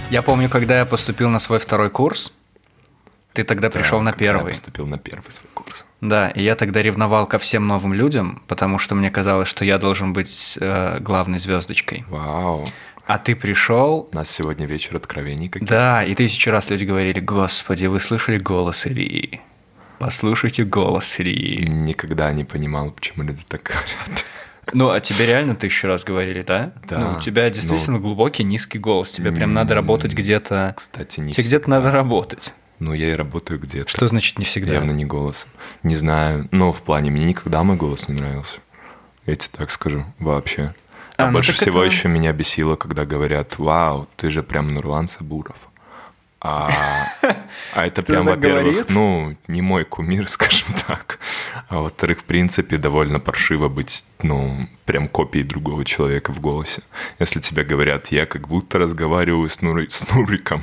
Я помню, когда я поступил на свой второй курс, ты тогда пришел на первый. Я поступил на первый свой курс. Да, и я тогда ревновал ко всем новым людям, потому что мне казалось, что я должен быть главной звездочкой. Вау. А ты пришел... У нас сегодня вечер откровений каких-то. Да, и 1000 раз люди говорили: «Господи, вы слышали голос Ильи? Послушайте голос Ильи». Никогда не понимал, почему люди так говорят. Ну, а тебе реально 1000 раз говорили, да? Да. Ну, у тебя действительно глубокий, низкий голос. Тебе прям надо работать где-то... Кстати, не Тебе всегда. где-то надо работать. Ну, я и работаю где-то. Что значит не всегда? Явно не голосом. Не знаю. Но в плане, мне никогда мой голос не нравился. Я тебе так скажу. Вообще. А ну больше так всего это- еще меня бесило, когда говорят: «Вау, ты же прям Нурлан Сабуров». А это Кто прям, так во-первых, говорит? ну, не мой кумир, скажем так. А во-вторых, в принципе, довольно паршиво быть, ну, прям копией другого человека в голосе. Если тебе говорят: «Я как будто разговариваю с Нуриком,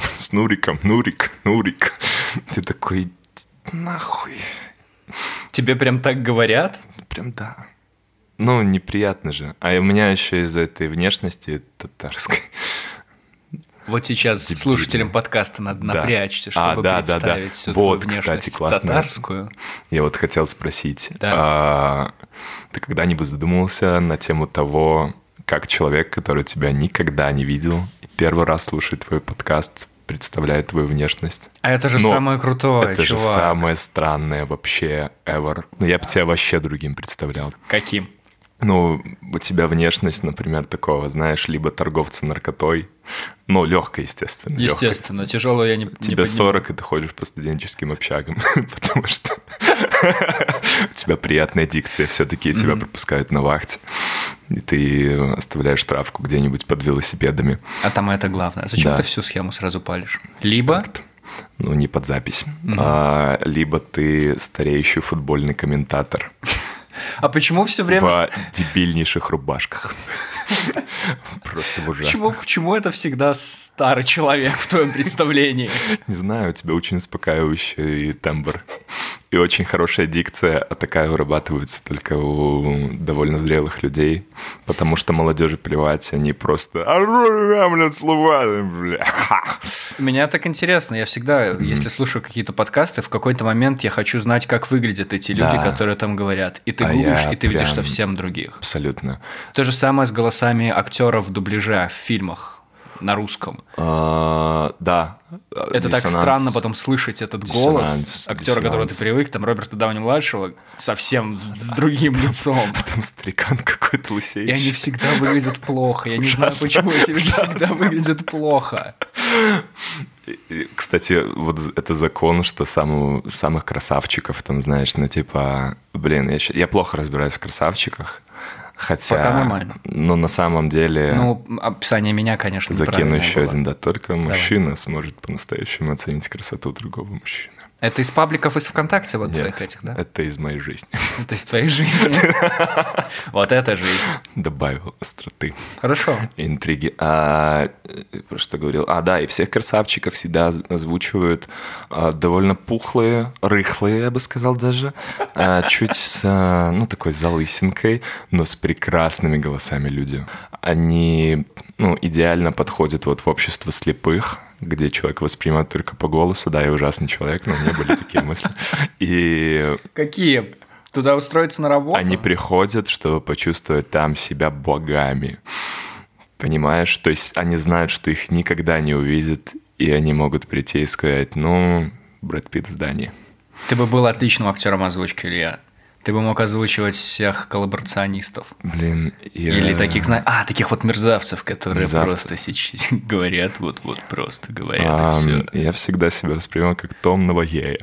Нурик». Ты такой: «Нахуй». Тебе прям так говорят? Прям да. Ну, неприятно же. А у меня еще из-за этой внешности татарской. Вот сейчас Дебильно. слушателям подкаста надо Да. напрячься, чтобы Да. представить всю Вот, твою кстати, внешность классно. татарскую. Я вот хотел спросить, Да. ты когда-нибудь задумывался на тему того, как человек, который тебя никогда не видел, и первый раз слушает твой подкаст, представляет твою внешность? А это же Но самое крутое, Это чувак. же самое странное вообще ever. Ну, я бы тебя вообще другим представлял. Каким? Ну, у тебя внешность, например, такого, знаешь, либо торговца наркотой, ну, легкой, естественно. лёгкой. Естественно, тяжелую я не Тебе понимаю. 40, и ты ходишь по студенческим общагам, потому что у тебя приятная дикция, все-таки тебя пропускают на вахте, и ты оставляешь травку где-нибудь под велосипедами. А там это главное. Зачем Да. ты всю схему сразу палишь? Либо... Ну, не под запись. Либо ты стареющий футбольный комментатор А почему все время... в дебильнейших рубашках. Просто ужасно. Почему это всегда старый человек в твоем представлении? Не знаю, у тебя очень успокаивающий тембр. И очень хорошая дикция, а такая вырабатывается только у довольно зрелых людей. Потому что молодежи плевать, они просто... Меня так интересно. Я всегда, если слушаю какие-то подкасты, в какой-то момент я хочу знать, как выглядят эти люди, Да. которые там говорят. И ты А гуглишь, я и ты видишь прям- совсем других. Абсолютно. То же самое с голосами актеров дубляжа в фильмах на русском. Да. Это так странно потом слышать этот голос Диссонанс, актера, которого ты диссонанс. привык, там Роберта Дауни-младшего, совсем с другим лицом. Там старикан какой-то И лысеющий. они всегда выглядят плохо. Я не знаю, почему эти люди всегда выглядят плохо. И, кстати, вот это закон, что самых красавчиков, там, знаешь, ну, типа, блин, я плохо разбираюсь в красавчиках, хотя... Пока нормально. Но на самом деле... Ну, описание меня, конечно, Закину неправильное еще было. один, да. Только мужчина сможет по-настоящему оценить красоту другого мужчины. Это из пабликов из ВКонтакте вот Нет, твоих этих, да? это из моей жизни. Это из твоей жизни. Вот это жизнь. Добавил остроты, Хорошо. интриги. Про что говорил? Да, и всех красавчиков всегда озвучивают довольно пухлые, рыхлые, я бы сказал даже, чуть с, ну, такой залысинкой, но с прекрасными голосами люди. Они, ну, идеально подходят вот в общество слепых, где человек воспринимает только по голосу. Да, я ужасный человек, но у меня были такие мысли. И Какие? Туда устроиться на работу? они приходят, чтобы почувствовать там себя богами. Понимаешь? То есть они знают, что их никогда не увидят, и они могут прийти и сказать: ну, Брэд Питт в здании. Ты бы был отличным актером озвучки, Илья. Ты бы мог озвучивать всех коллаборационистов. Блин, Или таких, таких вот мерзавцев, которые Мерзавцев. просто сейчас говорят, вот просто говорят, и все. Я всегда себя воспринимал как Том Новогея.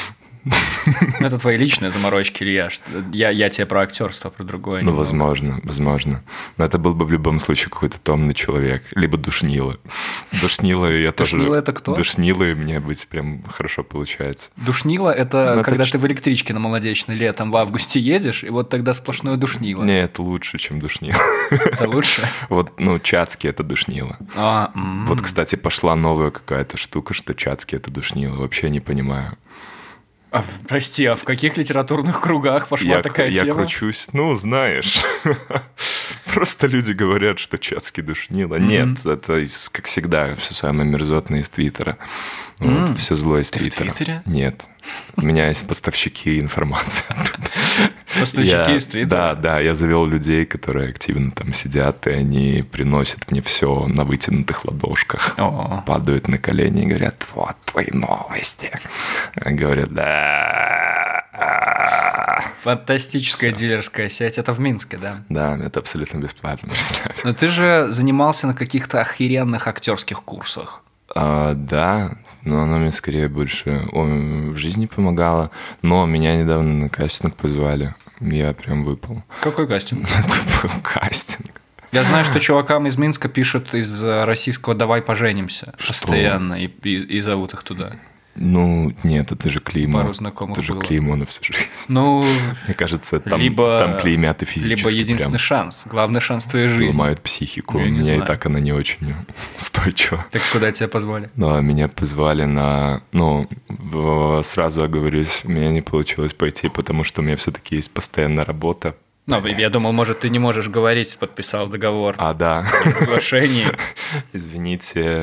Ну, это твои личные заморочки, Илья. Я тебе про актерство, про другое. Ну, немного. возможно. Но это был бы в любом случае какой-то томный человек. Либо душнило. Душнило я тоже... Душнило это кто? Душнило и мне быть прям хорошо получается. Душнило – это Ну, когда это ты в электричке на Молодечной летом в августе едешь, и вот тогда сплошное душнило. Не, это лучше, чем душнило. Это лучше? Вот, ну, Чацкий – это душнило. Вот, кстати, пошла новая какая-то штука, что Чацкий – это душнило. Вообще не понимаю. Прости, а в каких литературных кругах пошла такая Я тема? кручусь, ну, знаешь. Просто люди говорят, что Чацкий душнило. Нет, это, как всегда, все самое мерзотное из Твиттера. Вот, все зло из Твиттера. в Твиттере? Нет. У меня есть поставщики информации. Поставщики из Твиттера? Да, я завел людей, которые активно там сидят, и они приносят мне все на вытянутых ладошках. Падают на колени и говорят: вот твои новости. Говорят: да. Фантастическая дилерская сеть. Это в Минске, да? Да, это абсолютно бесплатно. Но ты же занимался на каких-то охеренных актерских курсах. Да, но оно мне скорее больше в жизни помогало. Но меня недавно на кастинг позвали. Я прям выпал. Какой кастинг? Это был кастинг. Я знаю, что чувакам из Минска пишут из российского «Давай поженимся» постоянно и зовут их туда. Ну, нет, это же клеймо. Пару знакомых это же было. клеймо на всю жизнь. Ну, мне кажется, там клеймят и физически. Либо единственный шанс, главный шанс твоей жизни. Ломают психику. У меня и так она не очень устойчива. Так куда тебя позвали? Меня позвали на... сразу оговорюсь, у меня не получилось пойти, потому что у меня все-таки есть постоянная работа. Я думал, может, ты не можешь говорить, подписал договор. Да. Соглашение. Извините.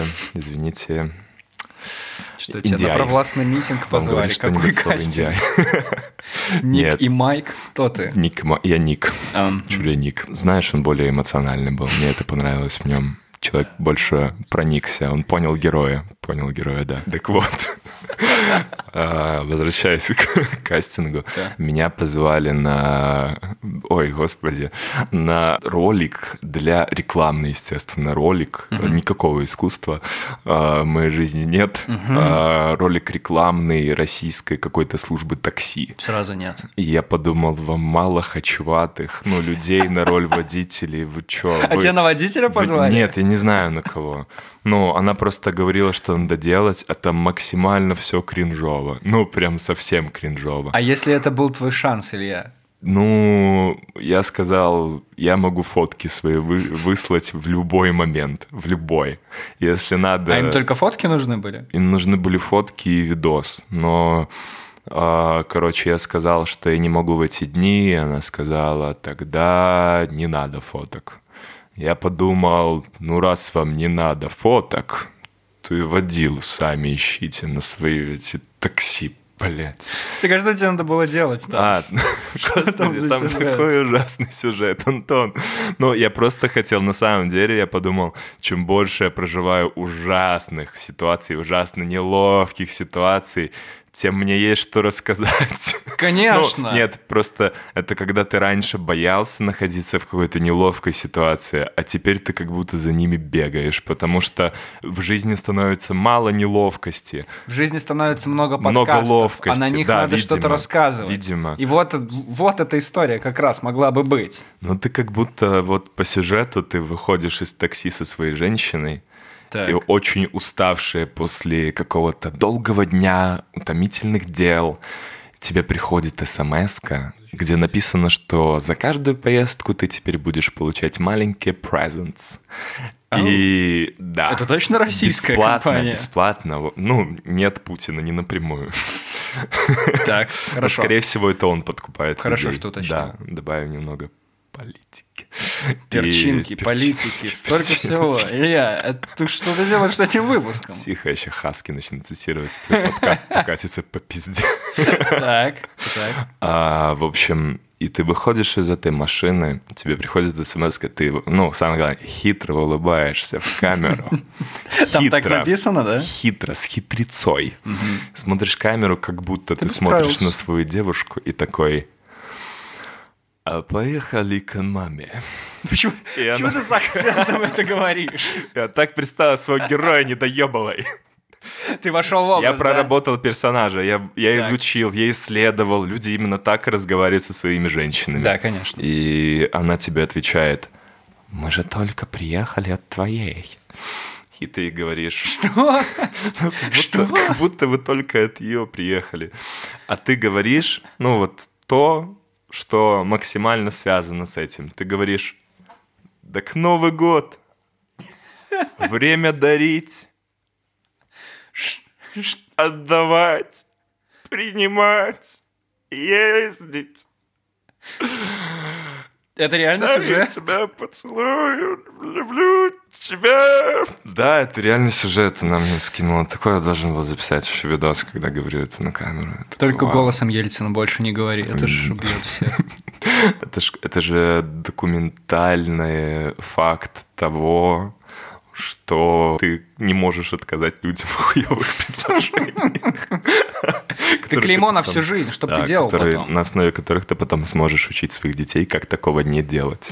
Что тебя на провластный митинг позвали? Какой кастинг? Ник и Майк? Кто ты? Я Ник. Чули Ник. Знаешь, он более эмоциональный был. Мне это понравилось в нем. Человек больше проникся. Он понял героя. Да. Так вот. Возвращаясь к кастингу. Меня позвали на ролик для рекламный, естественно, ролик. Никакого искусства в моей жизни нет. Ролик рекламный российской какой-то службы такси. Сразу нет. И я подумал, вам мало хочеватых, людей на роль водителей. Вы чё? А тебя на водителя позвали? Нет, я не знаю на кого. Она просто говорила, что надо делать, а там максимально все кринжово. Прям совсем кринжово. А если это был твой шанс, Илья? Я сказал, я могу фотки свои выслать в любой момент, в любой. Если надо... А им только фотки нужны были? Им нужны были фотки и видос, но... я сказал, что я не могу в эти дни, она сказала, тогда не надо фоток. Я подумал, раз вам не надо фоток, то и водилу сами ищите на свои эти такси, блядь. Так а что тебе надо было делать там? Что там за сюжет? Там такой ужасный сюжет, Антон. Я просто хотел, на самом деле, я подумал, чем больше я проживаю ужасных ситуаций, ужасно неловких ситуаций, тем мне есть что рассказать. Конечно. Нет, просто это когда ты раньше боялся находиться в какой-то неловкой ситуации, а теперь ты как будто за ними бегаешь, потому что в жизни становится мало неловкости. В жизни становится много подкастов, много ловкости. А на них надо что-то рассказывать. Видимо. И вот эта история как раз могла бы быть. Ты как будто по сюжету ты выходишь из такси со своей женщиной, так. И очень уставшие после какого-то долгого дня, утомительных дел, тебе приходит смс-ка, где написано, что за каждую поездку ты теперь будешь получать маленькие presents. И да. Это точно российская компания? Бесплатно. Нет Путина, не напрямую. Так, хорошо. Скорее всего, это он подкупает людей. Хорошо, что уточнил. Да, добавим немного политики. Перчинки, политики, столько всего. Илья, что ты делаешь с этим выпуском? Тихо, еще Хаски начнет цитировать. Твой подкаст покатится по пизде. Так. В общем, и ты выходишь из этой машины, тебе приходит смс-ка, ты, самое главное, хитро улыбаешься в камеру. Там так написано, да? Хитро, с хитрецой. Смотришь камеру, как будто ты смотришь на свою девушку и такой... А поехали к маме. Почему ты с акцентом это говоришь? Я так представил своего героя недоебалой. Ты вошел в образ, Я проработал персонажа, я изучил, я исследовал. Люди именно так и разговаривают со своими женщинами. Да, конечно. И она тебе отвечает, мы же только приехали от твоей. И ты говоришь... Что? Как будто вы только от ее приехали. А ты говоришь, то... что максимально связано с этим. Ты говоришь, так Новый год, время дарить, отдавать, принимать, ездить. Это реально сюжет? Я тебя поцелую, люблю тебя. Да, это реальный сюжет. Она мне скинула. Такое я должен был записать еще видос, когда говорю это на камеру. Только голосом Ельцина больше не говори. Это ж убьет всех. Это же документальный факт того, что ты не можешь отказать людям в хуёвых предложениях. Ты клеймо на всю жизнь, что бы ты делал потом? На основе которых ты потом сможешь учить своих детей, как такого не делать.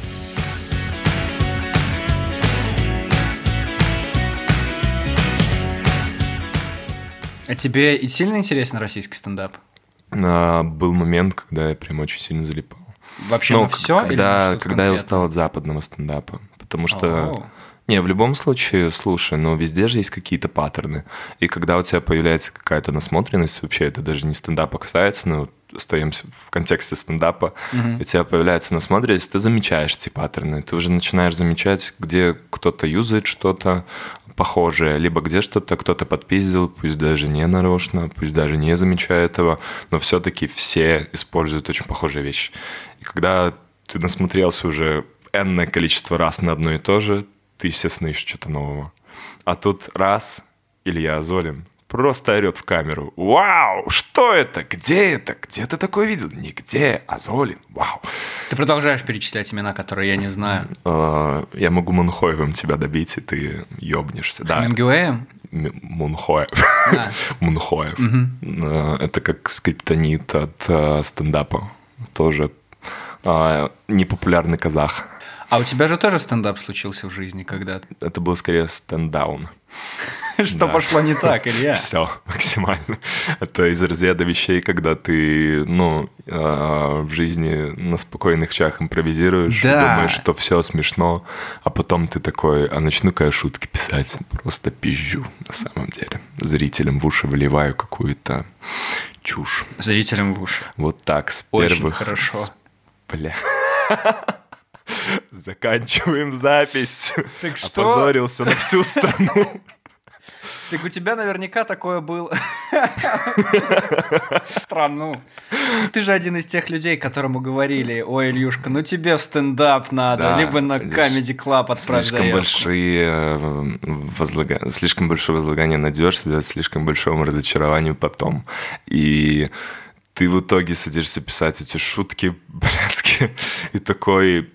А тебе и сильно интересен российский стендап? Был момент, когда я прям очень сильно залипал. Вообще на все? Когда я устал от западного стендапа. Потому что... Не, в любом случае, слушай, но везде же есть какие-то паттерны. И когда у тебя появляется какая-то насмотренность, вообще это даже не стендапа касается, но остаемся в контексте стендапа, у тебя появляется насмотренность, ты замечаешь эти паттерны. Ты уже начинаешь замечать, где кто-то юзает что-то похожее, либо где что-то кто-то подпиздил, пусть даже не нарочно, пусть даже не замечая этого, но все-таки все используют очень похожие вещи. И когда ты насмотрелся уже энное количество раз на одно и то же, ты, естественно, ищешь что-то нового. А тут раз, Илья Азолин просто орет в камеру. Вау, что это? Где это? Где ты такое видел? Нигде. Азолин, вау. Ты продолжаешь перечислять имена, которые я не знаю. Я могу Мунхоевым тебя добить, и ты ёбнешься. Хемингуэем? Мунхоев. Мунхоев. Это как скриптонит от стендапа. Тоже непопулярный казах. А у тебя же тоже стендап случился в жизни когда-то? Это был скорее стендаун. Что пошло не так, Илья? Все, максимально. Это из разряда вещей, когда ты, в жизни на спокойных чах импровизируешь, думаешь, что все смешно, а потом ты такой, а начну-ка я шутки писать. Просто пизжу, на самом деле. Зрителям в уши выливаю какую-то чушь. Зрителям в уши. Вот так, с очень первых... хорошо. Бля... Заканчиваем запись. Так что? Опозорился на всю страну. Так у тебя наверняка такое было. Страну. Ты же один из тех людей, которому говорили: ой, Ильюшка, ну тебе в стендап надо, либо на Comedy Club отправь заявку. Слишком большое возлагание надежь, слишком большому разочарованию потом. И ты в итоге садишься писать эти шутки блядские, и такой...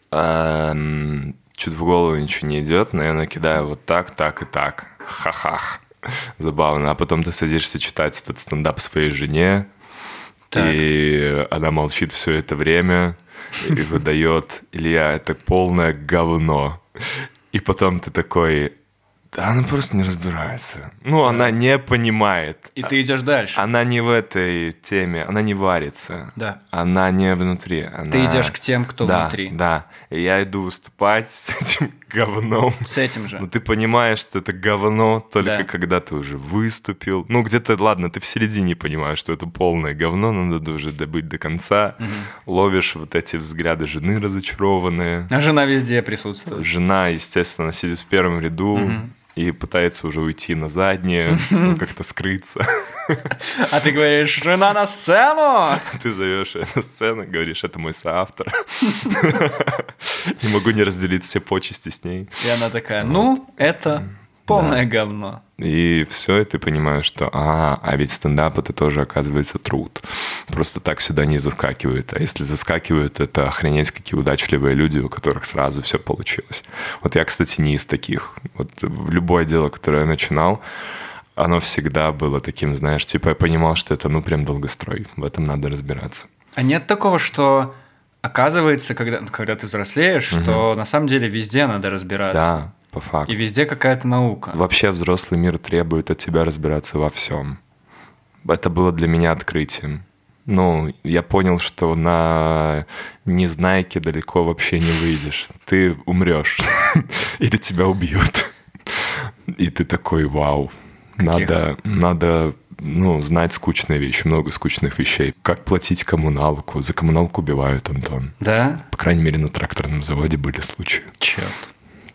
Чуть в голову ничего не идет, но я накидаю вот так, так и так. Ха-ха. Забавно. А потом ты садишься читать этот стендап своей жене, и она молчит все это время и выдает: Илья, это полное говно. И потом ты такой... Да она просто не разбирается. Она не понимает. И ты идешь дальше. Она не в этой теме, она не варится. Да. Она не внутри. Ты идешь к тем, кто внутри. Да. И я иду выступать с этим говном. С этим же. Но ты понимаешь, что это говно только когда ты уже выступил. Где-то, ладно, ты в середине понимаешь, что это полное говно, надо уже добыть до конца. Ловишь вот эти взгляды жены разочарованные. А жена везде присутствует. Жена, естественно, сидит в первом ряду. И пытается уже уйти на заднее, как-то скрыться. А ты говоришь: жена на сцену! Ты зовешь ее на сцену, говоришь: это мой соавтор. Не могу не разделить все почести с ней. И она такая: это полное говно. И все, и ты понимаешь, что ведь стендап — это тоже, оказывается, труд. Просто так сюда не заскакивает. А если заскакивают, это охренеть какие удачливые люди, у которых сразу все получилось. Вот я, кстати, не из таких. Вот любое дело, которое я начинал, оно всегда было таким, знаешь, я понимал, что это, прям долгострой. В этом надо разбираться. А нет такого, что оказывается, когда ты взрослеешь, что на самом деле везде надо разбираться? Да. По факту. И везде какая-то наука. Вообще взрослый мир требует от тебя разбираться во всем. Это было для меня открытием. Я понял, что на незнайке далеко вообще не выйдешь. Ты умрешь. Или тебя убьют. И ты такой: вау. Надо знать скучные вещи, много скучных вещей. Как платить коммуналку. За коммуналку убивают, Антон. Да? По крайней мере, на тракторном заводе были случаи. Черт.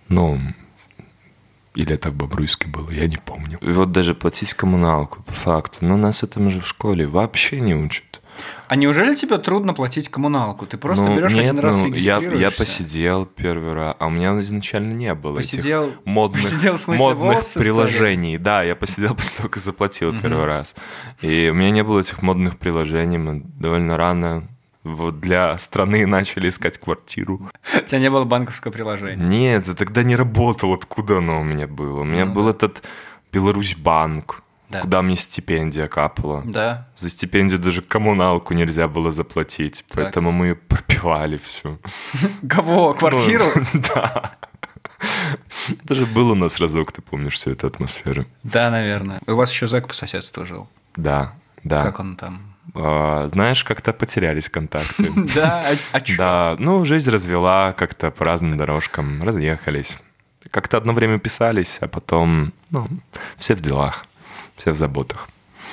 Или это в Бобруйске было, я не помню. И вот даже платить коммуналку, по факту. Нас этому же в школе вообще не учат. А неужели тебе трудно платить коммуналку? Ты просто берешь один раз регистрируешься? Я посидел первый раз, а у меня изначально не было этих модных волосы приложений. Стали? Да, я посидел после того, как заплатил первый раз. И у меня не было этих модных приложений, мы довольно рано вот для страны начали искать квартиру. У тебя не было банковского приложения? Нет, это тогда не работало. Откуда оно у меня было? У меня был этот Беларусьбанк. Да. Куда мне стипендия капала. Да. За стипендию даже коммуналку нельзя было заплатить, так. Поэтому мы пропивали все. Кого? Квартиру? Да. Это же был у нас разок, ты помнишь всю эту атмосферу. Да, наверное. У вас еще зэк по соседству жил? Да, да. Как он там? Знаешь, как-то потерялись контакты. Да, а чё? Да, ну, жизнь развела как-то по разным дорожкам, разъехались. Как-то одно время писались, а потом, все в делах. Все в заботах.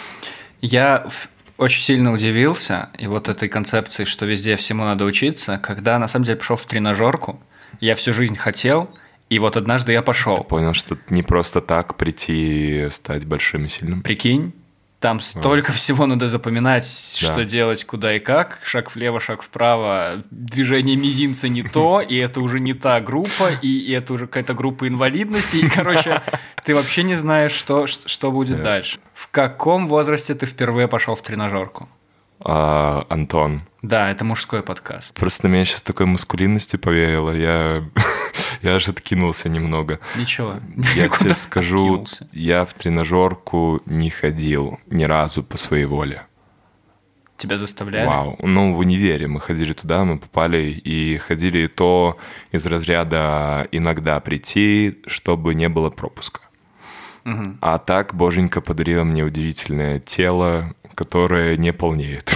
Я очень сильно удивился и вот этой концепции, что везде всему надо учиться, когда на самом деле пошел в тренажерку. Я всю жизнь хотел, и вот однажды я пошел. Ты понял, что не просто так прийти и стать большим и сильным? Прикинь, там столько всего надо запоминать, что делать, куда и как. Шаг влево, шаг вправо, движение мизинца не то, и это уже не та группа, и это уже какая-то группа инвалидности. И, короче, ты вообще не знаешь, что будет дальше. В каком возрасте ты впервые пошел в тренажерку? Антон. Да, это мужской подкаст. Просто на меня сейчас такой маскулинностью повеяло. Я аж откинулся немного. Ничего. Я тебе скажу, я в тренажерку не ходил ни разу по своей воле. Тебя заставляли? Вау. В универе мы ходили туда, мы попали и ходили и то из разряда иногда прийти, чтобы не было пропуска. Угу. А так боженька подарила мне удивительное тело, которое не полнеет.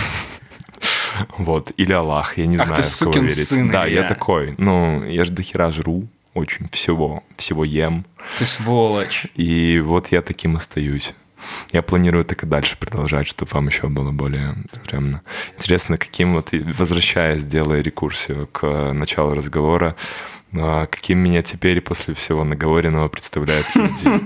Вот. Или Аллах, я не знаю, в кого верить. Сын, да, я такой. Я же дохера жру. Очень всего ем. Ты сволочь. И вот я таким остаюсь. Я планирую так и дальше продолжать, чтобы вам еще было более стрёмно. Интересно, возвращаясь, делая рекурсию к началу разговора, каким меня теперь после всего наговоренного представляют люди.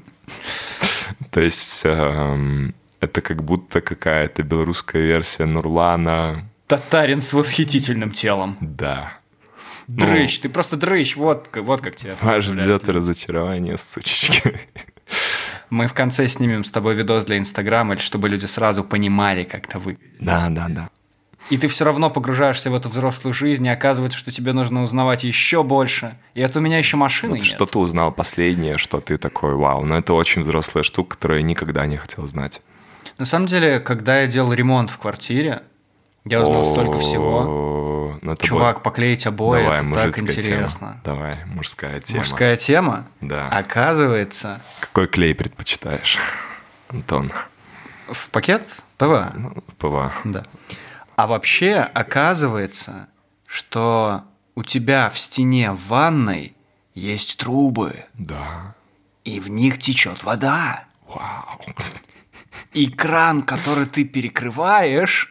То есть это как будто какая-то белорусская версия Нурлана. Татарин с восхитительным телом. Да. Дрыщ, ты просто дрыщ, вот как тебя вас ждет разочарование, сучечки. Мы в конце снимем с тобой видос для Инстаграма, чтобы люди сразу понимали, как это выглядит. Да. И ты все равно погружаешься в эту взрослую жизнь, и оказывается, что тебе нужно узнавать еще больше. И это у меня еще машины нет. Что ты узнал последнее, что ты такой, вау. Но это очень взрослая штука, которую я никогда не хотел знать. На самом деле, когда я делал ремонт в квартире, я узнал столько всего. Чувак, поклеить обои, давай, это так интересно. Тема. Давай, мужская тема. Мужская тема? Да. Оказывается... Какой клей предпочитаешь, Антон? В пакет? ПВА. ПВА. Да. А вообще, оказывается, что у тебя в стене в ванной есть трубы. Да. И в них течет вода. Вау. И кран, который ты перекрывает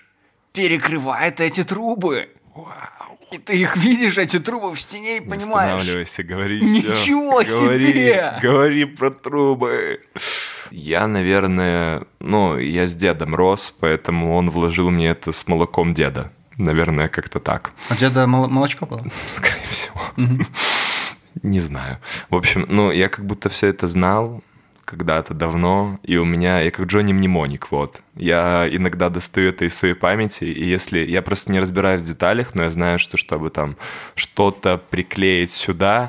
эти трубы. Вау. И ты их видишь, эти трубы в стене, и не понимаешь. Останавливайся, говори. Ничего себе! Говори про трубы. Я, наверное, я с дедом рос, поэтому он вложил мне это с молоком деда. Наверное, как-то так. У деда молочко было? Скорее всего. Не знаю. В общем, я как будто все это знал когда-то давно, и я как Джонни Мнемоник, вот. Я иногда достаю это из своей памяти, и если... Я просто не разбираюсь в деталях, но я знаю, что чтобы там что-то приклеить сюда,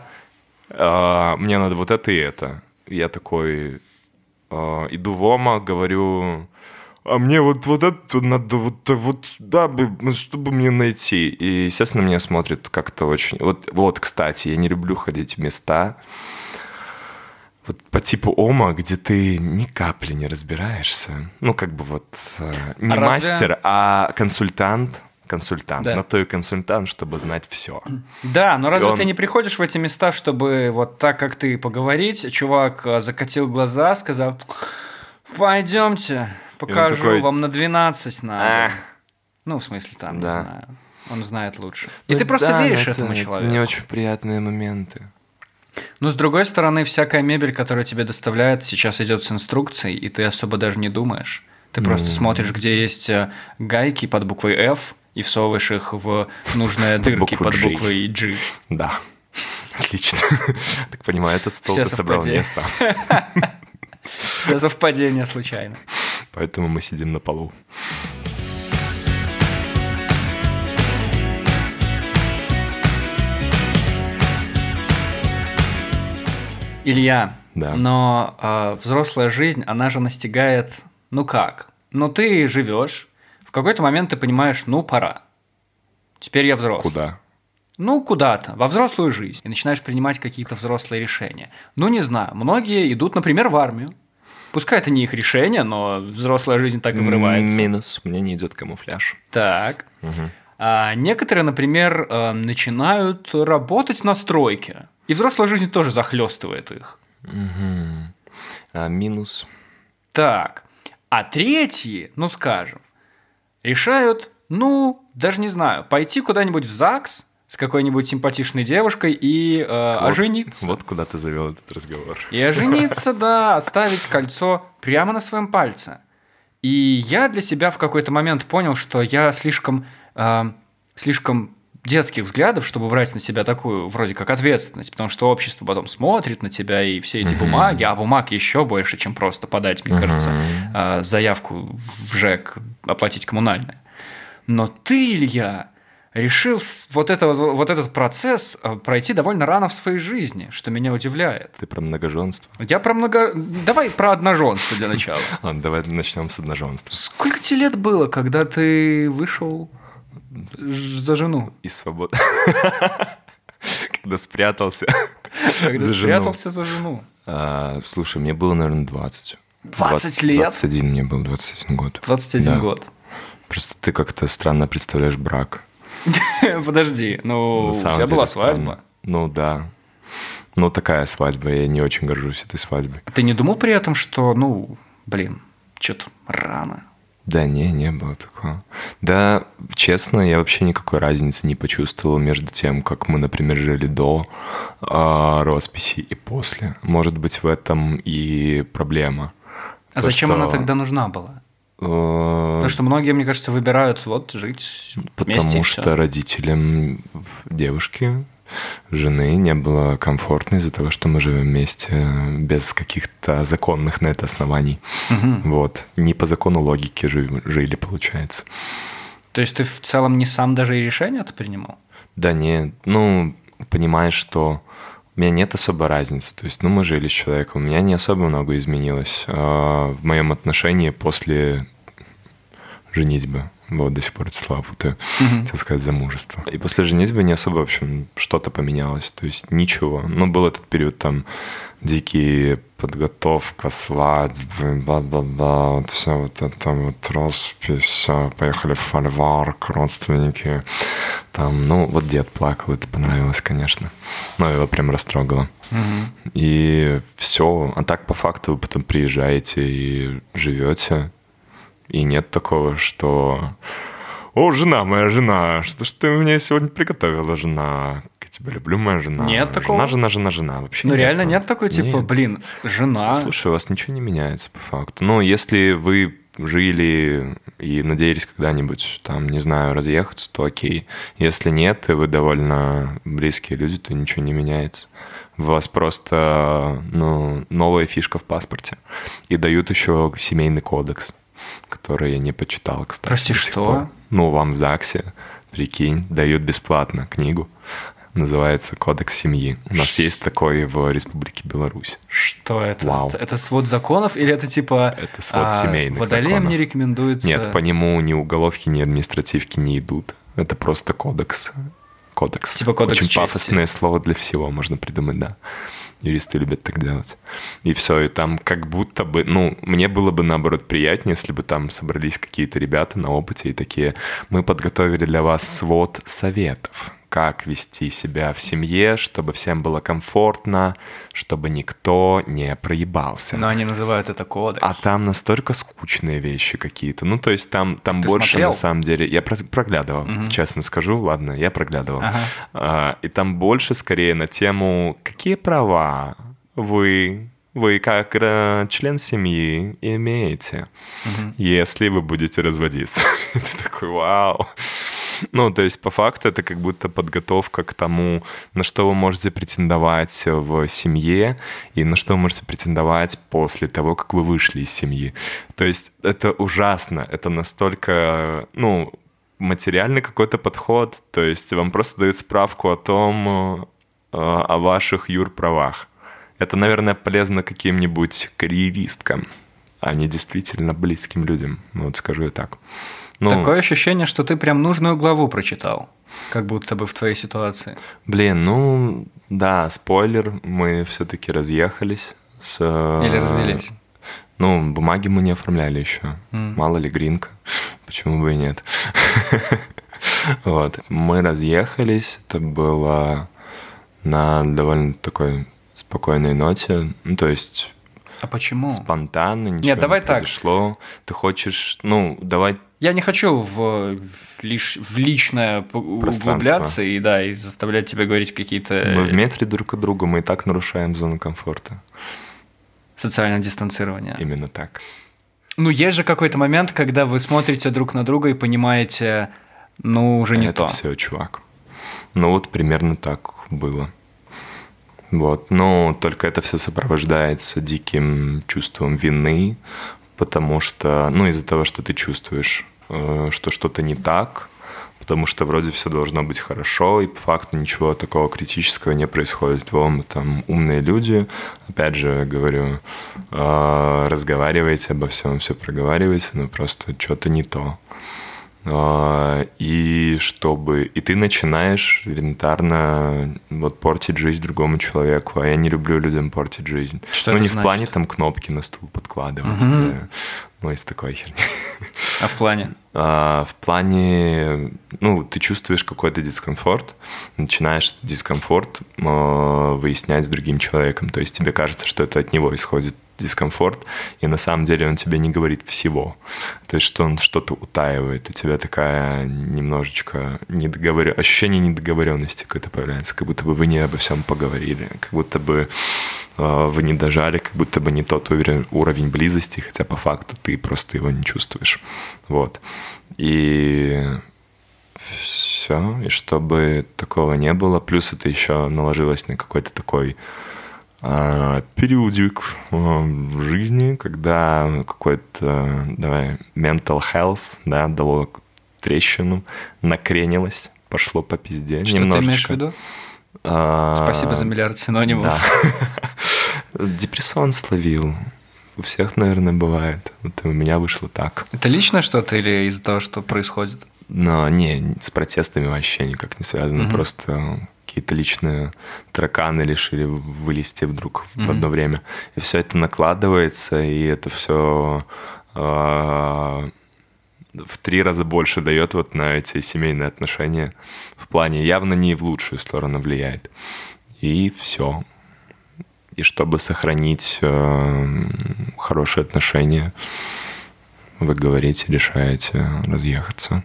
мне надо вот это и это. Я такой иду в ОМА, говорю... А мне вот это надо вот сюда, чтобы мне найти. И, естественно, меня смотрят как-то очень... Вот, кстати, я не люблю ходить в места... Вот по типу ОМА, где ты ни капли не разбираешься. Не мастер, а консультант. Да. На то и консультант, чтобы знать все. Да, но разве ты не приходишь в эти места, чтобы вот так, как ты, поговорить? Чувак закатил глаза, сказал, пойдемте, покажу, такой... вам на 12 надо. В смысле там, не знаю. Он знает лучше. И ты просто веришь этому человеку. Это не очень приятные моменты. Но, с другой стороны, всякая мебель, которая тебе доставляют, сейчас идет с инструкцией, и ты особо даже не думаешь. Ты просто смотришь, где есть гайки под буквой F, и всовываешь их в нужные дырки под буквой G. Да. Отлично. Так понимаю, этот стол ты собрал не сам. Все совпадения случайно. Поэтому мы сидим на полу. Илья, да. Но взрослая жизнь, она же настигает, ну как? Ну ты живешь, в какой-то момент ты понимаешь, ну пора. Теперь я взрослый. Куда? Ну, куда-то, во взрослую жизнь. И начинаешь принимать какие-то взрослые решения. Ну, не знаю, многие идут, например, в армию. Пускай это не их решение, но взрослая жизнь так и врывается. Минус, мне не идет камуфляж. Так. А некоторые, например, начинают работать на стройке. И взрослая жизнь тоже захлестывает их. Минус. Так. А третьи, ну скажем, решают, ну, даже не знаю, пойти куда-нибудь в ЗАГС с какой-нибудь симпатичной девушкой и ожениться. Вот куда ты завел этот разговор. И ожениться, да, оставить кольцо прямо на своем пальце. И я для себя в какой-то момент понял, что я слишком детских взглядов, чтобы брать на себя такую, вроде как, ответственность, потому что общество потом смотрит на тебя, и все эти бумаги, а бумаг еще больше, чем просто подать, мне кажется, заявку в ЖЭК, оплатить коммунальное. Но ты, Илья, решил вот этот процесс пройти довольно рано в своей жизни, что меня удивляет. Ты про многоженство? Я про Давай про одноженство для начала. Ладно, давай начнем с одноженства. Сколько тебе лет было, когда ты вышел за жену? Из свободы. Когда спрятался. Когда спрятался за жену. Слушай, мне было, наверное, 20. 20 лет? 21 мне был, 21 год. 21 год. Просто ты как-то странно представляешь брак. Подожди, у тебя была свадьба? Ну да. Ну такая свадьба, я не очень горжусь этой свадьбой. Ты не думал при этом, что, что-то рано? Да не было такого. Да, честно, я вообще никакой разницы не почувствовал между тем, как мы, например, жили до росписи и после. Может быть, в этом и проблема. А зачем она тогда нужна была? Потому что многие, мне кажется, выбирают жить вместе. Потому что родителям девушки, жены не было комфортно из-за того, что мы живем вместе без каких-то законных на это оснований. Вот. Не по закону логики жили, получается. То есть ты в целом не сам даже и решение-то принимал? Да не, понимаешь, что у меня нет особой разницы. То есть, мы жили с человеком, у меня не особо много изменилось в моем отношении после женитьбы. Вот, до сих пор это слова путаю, так сказать, замужество. И после женитьбы не особо, в общем, что-то поменялось. То есть ничего. Был этот период, дикие подготовка, свадьбы, бла-бла-бла, все это роспись, поехали в фольварк, родственники. Дед плакал, это понравилось, конечно. Его прям растрогало. И все. А так, по факту, вы потом приезжаете и живете. И нет такого, что «О, жена, моя жена, что ж ты мне сегодня приготовила, жена? Я тебя люблю, моя жена». Нет такого? Жена. Вообще нет. Реально нет такой, жена. Слушай, у вас ничего не меняется по факту. Если вы жили и надеялись когда-нибудь, не знаю, разъехаться, то окей. Если нет, и вы довольно близкие люди, то ничего не меняется. У вас просто, новая фишка в паспорте. И дают еще семейный кодекс, который я не почитал, кстати. Прости, что? Вам в ЗАГСе, прикинь, дают бесплатно книгу. Называется «Кодекс семьи». У нас есть такой в Республике Беларусь. Что это? Вау. Это свод законов или это Это свод семейных водолеям законов. не рекомендуется? Нет, по нему ни уголовки, ни административки не идут. Это просто кодекс. Кодекс. Типа кодекс Очень чести. пафосное слово для всего можно придумать, да. Юристы любят так делать. И все, и там как будто бы... мне было бы, наоборот, приятнее, если бы там собрались какие-то ребята на опыте и такие: мы подготовили для вас свод советов, как вести себя в семье, чтобы всем было комфортно, чтобы никто не проебался. Но они называют это кодекс. А там настолько скучные вещи какие-то. То есть там Ты больше, смотрел? на самом деле... Я проглядывал, честно скажу. Ладно, я проглядывал. Ага. И там больше, скорее, на тему, какие права вы вы как член семьи имеете, если вы будете разводиться. Ты такой, вау. Ну, то есть, по факту, это как будто подготовка к тому, на что вы можете претендовать в семье и на что вы можете претендовать после того, как вы вышли из семьи. То есть, это ужасно. Это настолько, ну, материальный какой-то подход. То есть, вам просто дают справку о том, о ваших юрправах. Это, наверное, полезно каким-нибудь карьеристкам, а не действительно близким людям. Вот скажу я так. Ну, такое ощущение, что ты прям нужную главу прочитал, как будто бы в твоей ситуации. Блин, ну да, спойлер, мы все-таки разъехались. Или развелись? Ну, бумаги мы не оформляли еще. Мало ли гринка, почему бы и нет. Вот, мы разъехались, это было на довольно такой спокойной ноте, ну то есть... А почему? Спонтанно, ничего не произошло. Так. Ты хочешь, ну, давай... Я не хочу в личное углубляться и, да, и заставлять тебя говорить какие-то... Мы в метре друг от друга, мы и так нарушаем зону комфорта. Социальное дистанцирование. Именно так. Ну, есть же какой-то момент, когда вы смотрите друг на друга и понимаете, ну, уже не то. Это все, чувак. Ну, вот примерно так было. Вот, но только это все сопровождается диким чувством вины, потому что, ну, из-за того, что ты чувствуешь, что что-то не так, потому что вроде все должно быть хорошо, и по факту ничего такого критического не происходит. Вам там умные люди, опять же говорю, разговаривайте обо всем, все проговаривайте, но просто что-то не то. И ты начинаешь элементарно вот портить жизнь другому человеку, а я не люблю людям портить жизнь. Что ну, это не значит? В плане там кнопки на стул подкладывать, да, ну, из такой херни. А в плане? В плане, ну, ты чувствуешь какой-то дискомфорт, начинаешь этот дискомфорт выяснять с другим человеком, то есть тебе кажется, что это от него исходит дискомфорт, и на самом деле он тебе не говорит всего. То есть, что он что-то утаивает. У тебя такая немножечко ощущение недоговоренности какое-то появляется, как будто бы вы не обо всем поговорили, как будто бы вы не дожали, как будто бы не тот уровень близости, хотя по факту ты просто его не чувствуешь. Вот. И все. И чтобы такого не было, плюс это еще наложилось на какой-то такой периодик в жизни, когда какой-то, mental health, да, дало трещину, накренилось, пошло по пизде. Что немножечко. Ты имеешь в виду? Спасибо за миллиард синонимов. Да. Депрессон словил. У всех, наверное, бывает. Вот у меня вышло так. Это личное что-то или из-за того, что происходит? Но не, с протестами вообще никак не связано. Просто какие-то личные тараканы решили вылезти вдруг в одно время. И все это накладывается, и это все в 3 раза больше дает вот на эти семейные отношения. В плане явно не в лучшую сторону влияет. И все. И чтобы сохранить хорошие отношения, вы говорите, решаете разъехаться.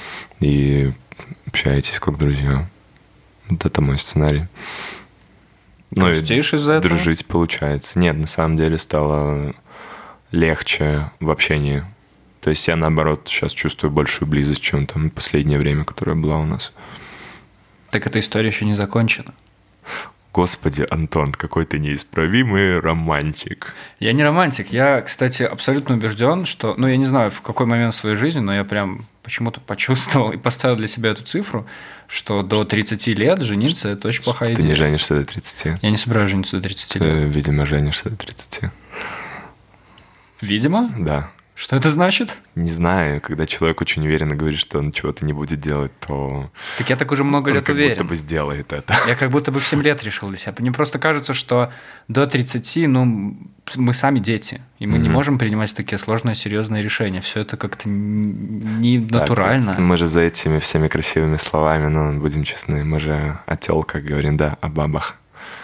И общаетесь как друзья. Вот это мой сценарий. Грустишь из-за этого? Дружить получается. Нет, на самом деле стало легче в общении. То есть я, наоборот, сейчас чувствую большую близость, чем там последнее время, которое была у нас. Так эта история еще не закончена. Господи, Антон, какой ты неисправимый романтик. Я не романтик. Я, кстати, абсолютно убежден, что... Ну, я не знаю, в какой момент своей жизни, но я прям почему-то почувствовал и поставил для себя эту цифру, что до 30 лет жениться – это очень плохая идея. Ты не женишься до 30. Я не собираюсь жениться до 30 лет. Ты, видимо, женишься до 30. Видимо? Да. Что это значит? Не знаю, когда человек очень уверенно говорит, что он чего-то не будет делать, то... Так я так уже много лет уверен. как будто бы сделает это. Я как будто бы в 7 лет решил для себя. Мне просто кажется, что до 30, ну, мы сами дети, и мы не можем принимать такие сложные, серьезные решения. Все это как-то не натурально. Так, мы же за этими всеми красивыми словами, ну, будем честны, мы же о тёлках говорим, да, о бабах.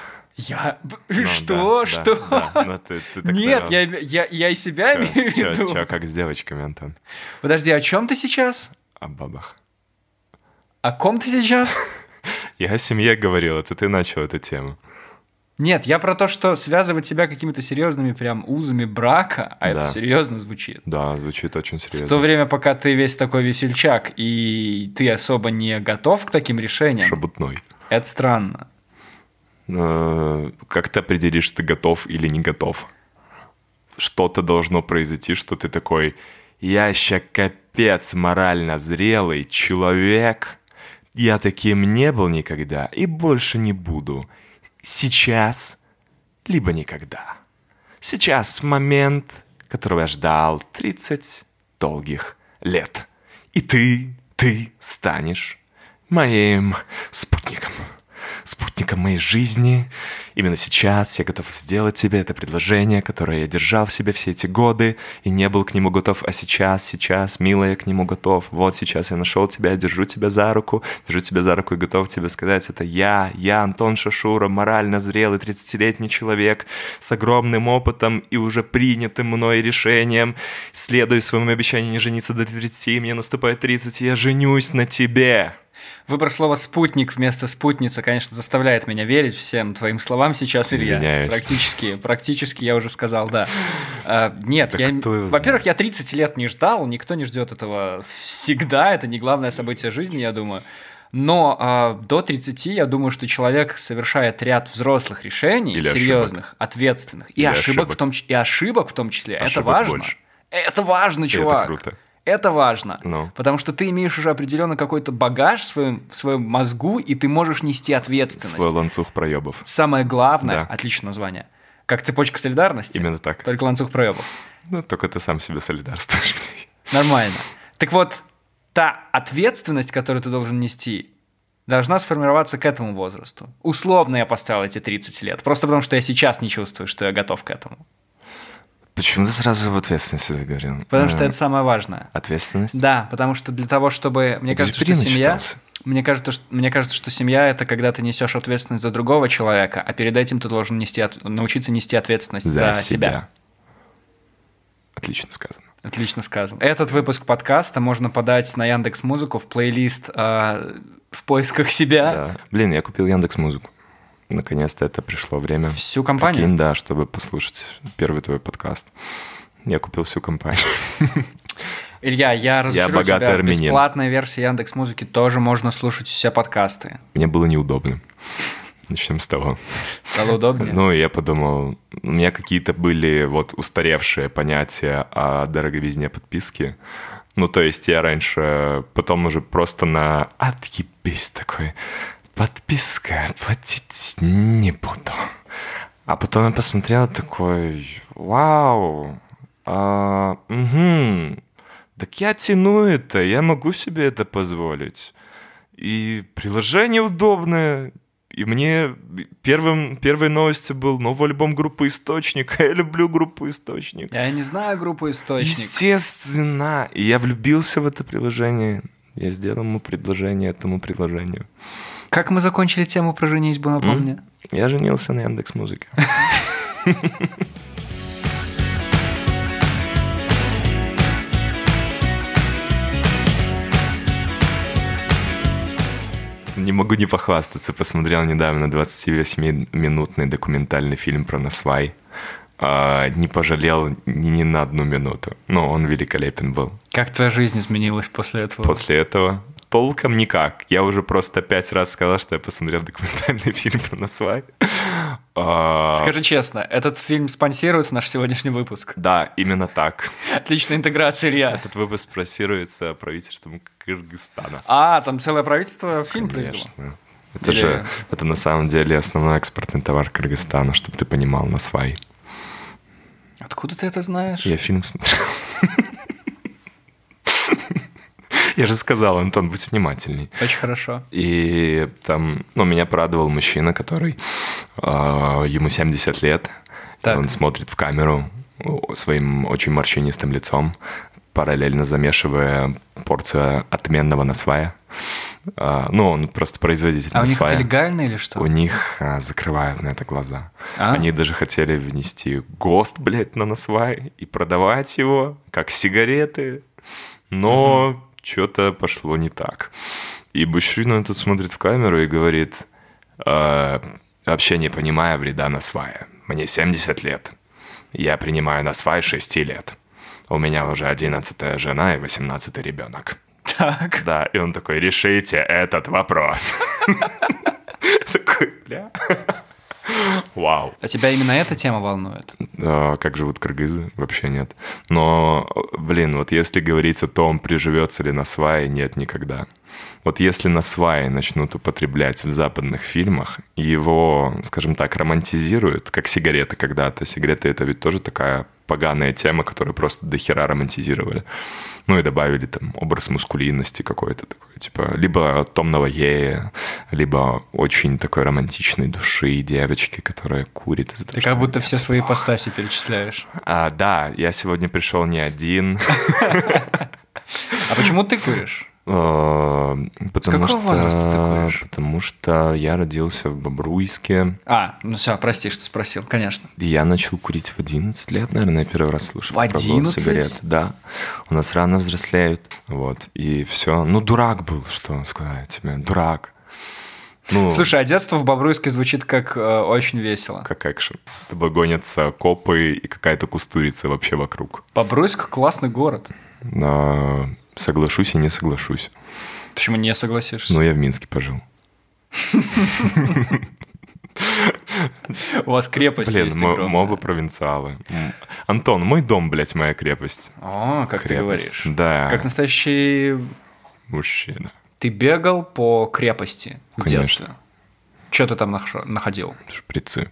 Что? Да, Что? Да, да. Ты так, нет, я и себя имею в виду. Чё, как с девочками, Антон? Подожди, о чем ты сейчас? О бабах. О ком ты сейчас? Я о семье говорил, это ты начал эту тему. Нет, я про то, что связывать себя какими-то серьезными прям узами брака, а это серьезно звучит. Да, звучит очень серьезно. В то время, пока ты весь такой весельчак, и ты особо не готов к таким решениям. Шебутной. Это странно. Как ты определишь, ты готов или не готов? Что-то должно произойти, что ты такой, я ща капец морально зрелый человек, я таким не был никогда и больше не буду. Сейчас, либо никогда. Сейчас момент, которого я ждал 30 долгих лет. И ты станешь моим спутником. Спутником моей жизни. Именно сейчас я готов сделать тебе это предложение, которое я держал в себе все эти годы и не был к нему готов. А сейчас, милая, я к нему готов. Вот сейчас я нашел тебя, держу тебя за руку и готов тебе сказать, это я, Антон Шашура, морально зрелый 30-летний человек с огромным опытом и уже принятым мной решением. Следуя своему обещанию не жениться до 30, мне наступает 30, и я женюсь на тебе. Выбор слова «спутник» вместо «спутница», конечно, заставляет меня верить всем твоим словам сейчас, Илья. Извиняюсь. Практически я уже сказал, да. Нет, во-первых, я 30 лет не ждал, никто не ждет этого всегда, это не главное событие жизни, я думаю. Но до 30, я думаю, что человек совершает ряд взрослых решений, или серьезных, ответственных, и ошибок в том числе. Это важно. Больше. Это важно, чувак. Это круто. Это важно, потому что ты имеешь уже определенно какой-то багаж в своем мозгу, и ты можешь нести ответственность. Свой ланцуг проебов. Самое главное, отличное название, как цепочка солидарности. Именно так. Только ланцуг проебов. Только ты сам себе солидарствуешь. Нормально. Так вот, та ответственность, которую ты должен нести, должна сформироваться к этому возрасту. Условно я поставил эти 30 лет, просто потому что я сейчас не чувствую, что я готов к этому. Почему ты сразу в ответственности заговорил? Потому что это самое важное. Ответственность? Да, потому что для того, чтобы... Мне кажется, что семья... Мне кажется, что семья – это когда ты несешь ответственность за другого человека, а перед этим ты должен научиться нести ответственность за себя. Отлично сказано. Отлично сказано. Этот выпуск подкаста можно подать на Яндекс.Музыку в плейлист «В поисках себя». Да. Блин, я купил Яндекс.Музыку. Наконец-то это пришло время. Всю компанию? Прикинь, да, чтобы послушать первый твой подкаст. Я купил всю компанию. Илья, я разочарую тебя. В бесплатной версии Яндекс.Музыки тоже можно слушать все подкасты. Мне было неудобно. Начнем с того. Стало удобнее? Ну, я подумал, у меня какие-то были устаревшие понятия о дороговизне подписки. Ну, то есть я раньше, потом уже просто на «отъебись» такой... Подписка, платить не буду. А потом я посмотрел такой, вау, так я тяну это, я могу себе это позволить. И приложение удобное. И мне первой новостью был новый альбом группы «Источник». Я люблю группу «Источник». Я не знаю группу «Источник». Естественно. И я влюбился в это приложение. Я сделал ему предложение этому приложению. Как мы закончили тему про женитьбу, напомни? Я женился на Яндекс.Музыке. Не могу не похвастаться. Посмотрел недавно 28-минутный документальный фильм про Насвай. Не пожалел ни на одну минуту. Но он великолепен был. Как твоя жизнь изменилась после этого? После этого? Толком никак. Я уже просто 5 раз сказал, что я посмотрел документальный фильм про Насвай. Скажи честно, этот фильм спонсирует наш сегодняшний выпуск? Да, именно так. Отличная интеграция, Илья. Этот выпуск спонсируется правительством Кыргызстана. Там целое правительство фильм произвело? Конечно. Это на самом деле основной экспортный товар Кыргызстана, чтобы ты понимал, Насвай. Откуда ты это знаешь? Я фильм смотрел. Я же сказал, Антон, будь внимательней. Очень хорошо. И там, меня порадовал мужчина, который, ему 70 лет. Он смотрит в камеру своим очень морщинистым лицом, параллельно замешивая порцию отменного Насвая. Он просто производитель Насвая. А у них это легально или что? У них закрывают на это глаза. Они даже хотели внести ГОСТ, на Насвай и продавать его, как сигареты. Но что-то пошло не так. И мужчина тут смотрит в камеру и говорит, вообще не понимаю вреда насвая. Мне 70 лет. Я принимаю насвай 6 лет. У меня уже 11-я жена и 18-й ребенок. Так. Да, и он такой, решите этот вопрос. Такой, бля. Вау. А тебя именно эта тема волнует? Как живут кыргызы? Вообще нет. Но, блин, вот если говорить о том, приживется ли насвай, нет, никогда. Вот если насвай начнут употреблять в западных фильмах, и его, скажем так, романтизируют, как сигареты когда-то. Сигареты — это ведь тоже такая поганая тема, которую просто дохера романтизировали. Ну и добавили там образ мускулинности какой-то такой, типа, либо томного гея, либо очень такой романтичной души девочки, которая курит из-за того, Ты как будто все свои ипостаси перечисляешь. Да, я сегодня пришел не один. А почему ты куришь? С какого возраста ты куришь? Потому что я родился в Бобруйске. Ну все, прости, что спросил, конечно. И я начал курить в 11 лет, наверное, я первый раз слышал. В 11? Сигарет. Да. У нас рано взрослеют. Вот. И все. Ну, дурак был, что сказать тебе. Дурак. Ну, слушай, а детство в Бобруйске звучит как очень весело. Как экшен. С тобой гонятся копы и какая-то кустурица вообще вокруг. Бобруйск – классный город. Соглашусь и не соглашусь. Почему не согласишься? Ну, я в Минске пожил. У вас крепость есть огромная. Мы оба провинциалы. Антон, мой дом, блядь, моя крепость. О, как ты говоришь. Да. Как настоящий... мужчина. Ты бегал по крепости в Конечно. детстве? Что ты там находил? Шприцы.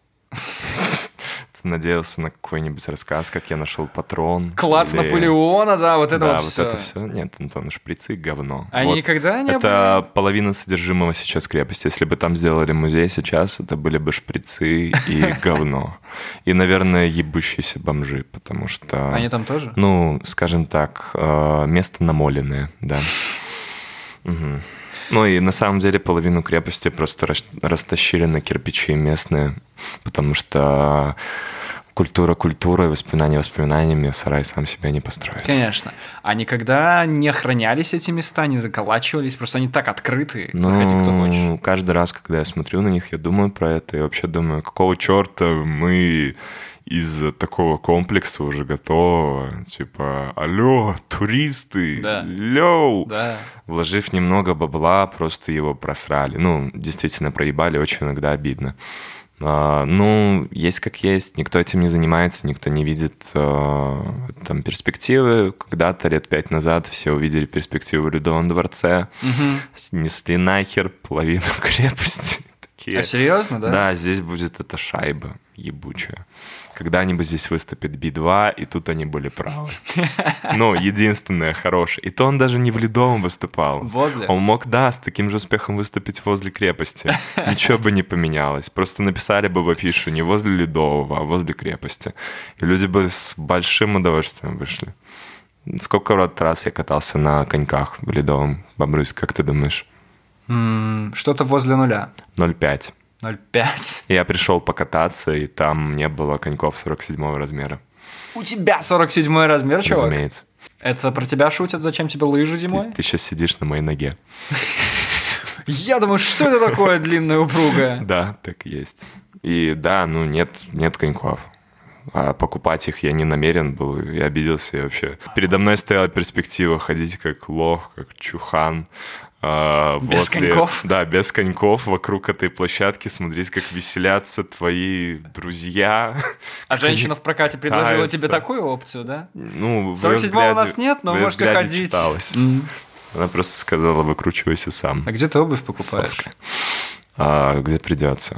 Надеялся на какой-нибудь рассказ, как я нашел патрон. Клад Наполеона, да, вот это да, вот все. все. Это все. Нет, Антон, шприцы — говно. Они вот. никогда не Это были? половина содержимого сейчас крепости. Если бы там сделали музей сейчас, это были бы шприцы и говно. И, наверное, ебущиеся бомжи, потому что... Они там тоже? Ну, скажем так, место намоленное, да. Ну и на самом деле половину крепости просто растащили на кирпичи местные, потому что культура культурой, воспоминания воспоминаниями, сарай сам себя не построит. Конечно. А никогда не охранялись эти места, не заколачивались? Просто они так открыты, заходи кто хочет. Каждый раз, когда я смотрю на них, я думаю про это и вообще думаю, какого черта мы из такого комплекса уже готовы. Типа, алло, туристы, да. Лёу! Да. Вложив немного бабла, просто его просрали. Ну, действительно проебали, очень иногда обидно. Ну, есть как есть, никто этим не занимается, никто не видит там перспективы. Когда-то лет 5 назад все увидели перспективу в Ледовом дворце, снесли нахер половину крепости. Такие. А серьезно, да? Да, здесь будет эта шайба ебучая. Когда-нибудь здесь выступит Би-2, и тут они были правы. Ну, единственное хорошее. И то он даже не в Ледовом выступал. Возле? Он мог, да, с таким же успехом выступить возле крепости. Ничего бы не поменялось. Просто написали бы в афише не возле Ледового, а возле крепости. И люди бы с большим удовольствием вышли. Сколько раз я катался на коньках в Ледовом, Бобруйске, как ты думаешь? Что-то возле 0,5. 0,5. Я пришел покататься, и там не было коньков 47 размера. У тебя 47 размер, чувак? Разумеется. Это про тебя шутят, зачем тебе лыжи зимой? Ты сейчас сидишь на моей ноге. Я думаю, что это такое длинная упругая? Да, так и есть. И да, ну нет коньков. А покупать их я не намерен был, я обиделся и вообще. Передо мной стояла перспектива ходить как лох, как чухан. Без коньков? Да, без коньков вокруг этой площадки, смотреть, как веселятся твои друзья. А женщина в прокате предложила тебе такую опцию, да? Ну, 47-го у нас нет, но можете ходить. Она просто сказала, выкручивайся сам. А где ты обувь покупаешь? Где придется.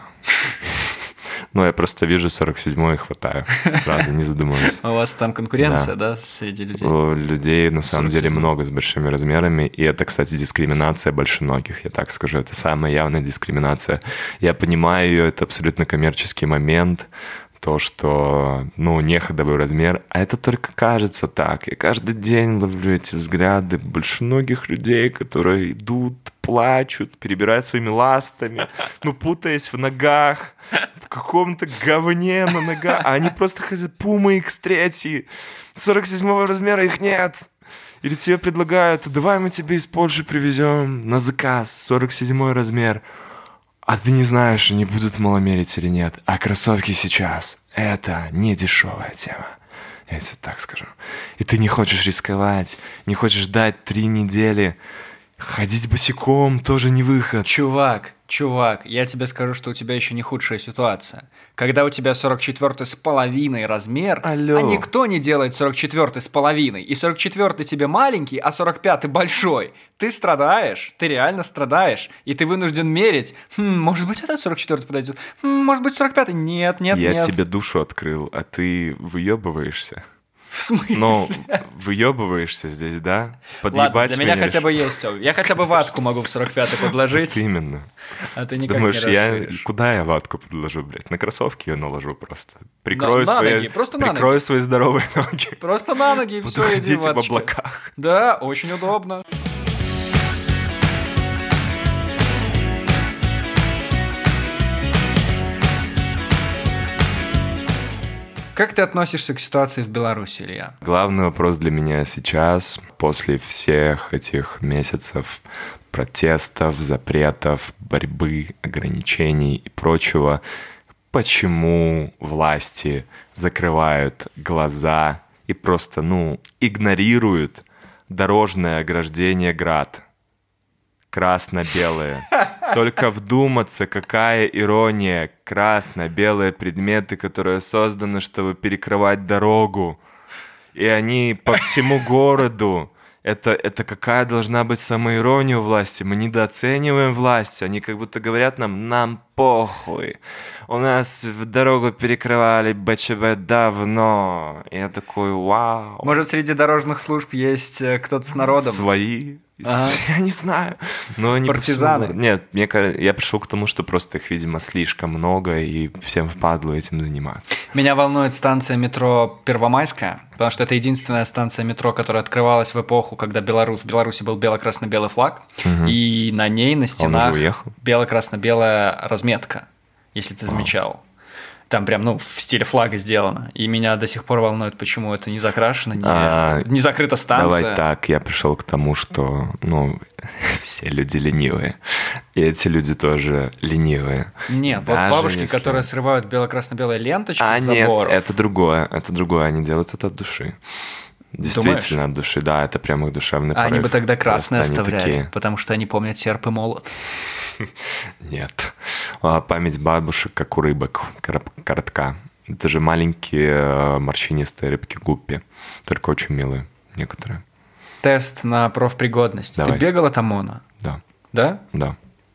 Ну, я просто вижу 47-й и хватаю. Сразу, не задумываясь. У вас там конкуренция, да, среди людей? Людей, на самом деле, много с большими размерами. И это, кстати, дискриминация большеногих, я так скажу. Это самая явная дискриминация. Я понимаю ее, это абсолютно коммерческий момент. То, что, ну, не ходовой размер. А это только кажется так. Я каждый день ловлю эти взгляды большеногих людей, которые идут, плачут, перебирают своими ластами, ну, путаясь в ногах, в каком-то говне на ногах. А они просто ходят Puma X3. 47 размера их нет. Или тебе предлагают, давай мы тебе из Польши привезем на заказ 47 размер. А ты не знаешь, они будут маломерить или нет. А кроссовки сейчас – это не дешевая тема. Я тебе так скажу. И ты не хочешь рисковать, не хочешь ждать 3 недели. Ходить босиком тоже не выход. Чувак, я тебе скажу, что у тебя еще не худшая ситуация. Когда у тебя 44,5 размер, Алло. А никто не делает 44,5, и 44 тебе маленький, а 45 большой. Ты страдаешь, ты реально страдаешь, и ты вынужден мерить. Может быть, этот 44 подойдет? Может быть, 45? Нет. Я тебе душу открыл, а ты выебываешься. В смысле? Ну, выебываешься здесь, да? Ладно, для меня хотя бы есть. Я хотя бы ватку могу в 45-й подложить. Вот именно. А ты никак Думаешь, не расширишь. куда я ватку подложу, блядь? На кроссовки ее наложу просто. На ноги, просто на прикрою ноги. свои здоровые ноги. Просто на ноги и Буду все, иди ходить в в ваточке. облаках. Да, очень удобно. Как ты относишься к ситуации в Беларуси, Илья? Главный вопрос для меня сейчас, после всех этих месяцев протестов, запретов, борьбы, ограничений и прочего, почему власти закрывают глаза и просто, игнорируют дорожное ограждение ГРАД? Красно-белые. Только вдуматься, какая ирония. Красно-белые предметы, которые созданы, чтобы перекрывать дорогу. И они по всему городу. Это какая должна быть самоирония у власти? Мы недооцениваем власть. Они как будто говорят нам похуй. У нас в дорогу перекрывали БЧБ давно. И я такой, вау. Может, среди дорожных служб есть кто-то с народом? Свои? Ага. Я не знаю. Но они Партизаны? Нет, я пришел к тому, что просто их, видимо, слишком много, и всем впадло этим заниматься. Меня волнует станция метро Первомайская, потому что это единственная станция метро, которая открывалась в эпоху, когда в Беларуси был бело-красно-белый флаг, и на ней, на стенах, бело-красно-белая разметка, если ты замечал. Там прям, в стиле флага сделано. И меня до сих пор волнует, почему это не закрашено, не закрыта станция. Давай так, я пришел к тому, что, все люди ленивые. И эти люди тоже ленивые. Нет, вот бабушки, которые срывают бело-красно-белые ленточки с нет, заборов. это другое. Они делают это от души. Действительно, от души, да, это прям их душевный порыв. Они бы тогда красные Просто они оставляли, такие. потому что они помнят серп и молот. Нет. Память бабушек, как у рыбок, коротка. Это же маленькие морщинистые рыбки гуппи, только очень милые некоторые. Тест на профпригодность. Давай. Ты бегал от ОМОНа? Да. Да? Да.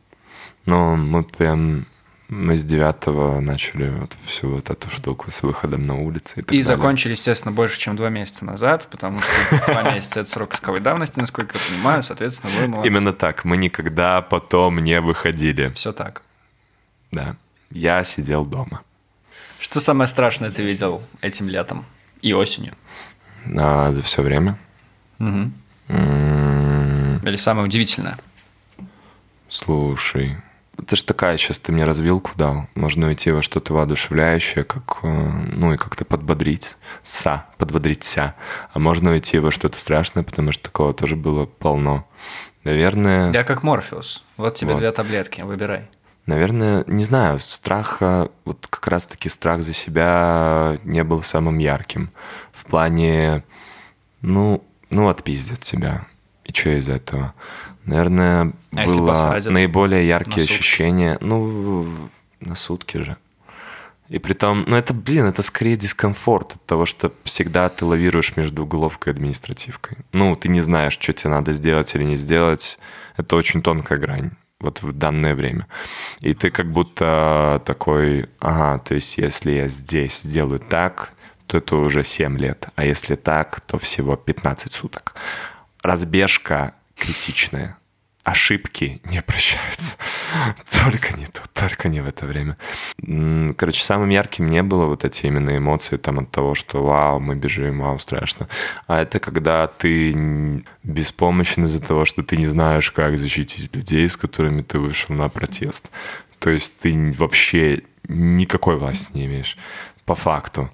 Мы с 9-го начали всю вот эту штуку с выходом на улицы и так далее. Закончили, естественно, больше, чем 2 месяца назад, потому что 2 месяца – это срок исковой давности, насколько я понимаю, соответственно, вы молодцы. Именно так. Мы никогда потом не выходили. Все так. Да. Я сидел дома. Что самое страшное ты видел этим летом и осенью? За все время? Угу. Или самое удивительное? Слушай, это ж такая, сейчас ты мне развилку дал. Можно уйти во что-то воодушевляющее, и как-то подбодриться. А можно уйти во что-то страшное, потому что такого тоже было полно. Наверное... Я как Морфеус. Вот тебе 2 таблетки, выбирай. Наверное, не знаю, страха, вот как раз-таки страх за себя не был самым ярким. В плане, отпиздят тебя. И что из этого? Наверное, было наиболее яркие ощущения. На сутки же. И притом, это скорее дискомфорт от того, что всегда ты лавируешь между уголовкой и административкой. Ты не знаешь, что тебе надо сделать или не сделать. Это очень тонкая грань. Вот в данное время. И ты как будто такой, то есть если я здесь сделаю так, то это уже 7 лет. А если так, то всего 15 суток. Разбежка критичная. Ошибки не прощаются. Только не тут, только не в это время. Короче, самым ярким не было вот эти именно эмоции от того, что вау, мы бежим, вау, страшно. А это когда ты беспомощен из-за того, что ты не знаешь, как защитить людей, с которыми ты вышел на протест. То есть ты вообще никакой власти не имеешь. По факту.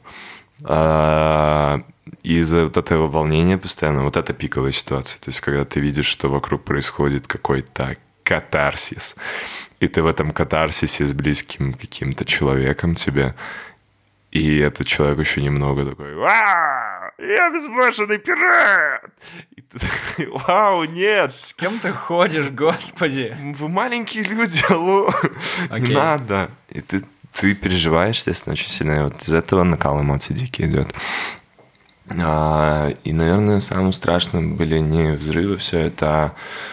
Из-за вот этого волнения постоянно, вот это пиковая ситуация. То есть, когда ты видишь, что вокруг происходит какой-то катарсис. И ты в этом катарсисе с близким каким-то человеком тебе, и этот человек еще немного такой: я безбашенный пират! И ты такой: вау, нет! С кем ты ходишь, господи? Вы маленькие люди, алло! Не надо! И ты переживаешь, естественно, очень сильно. И вот из этого накал эмоций дикий идет. И, наверное, самым страшным были не взрывы, все это,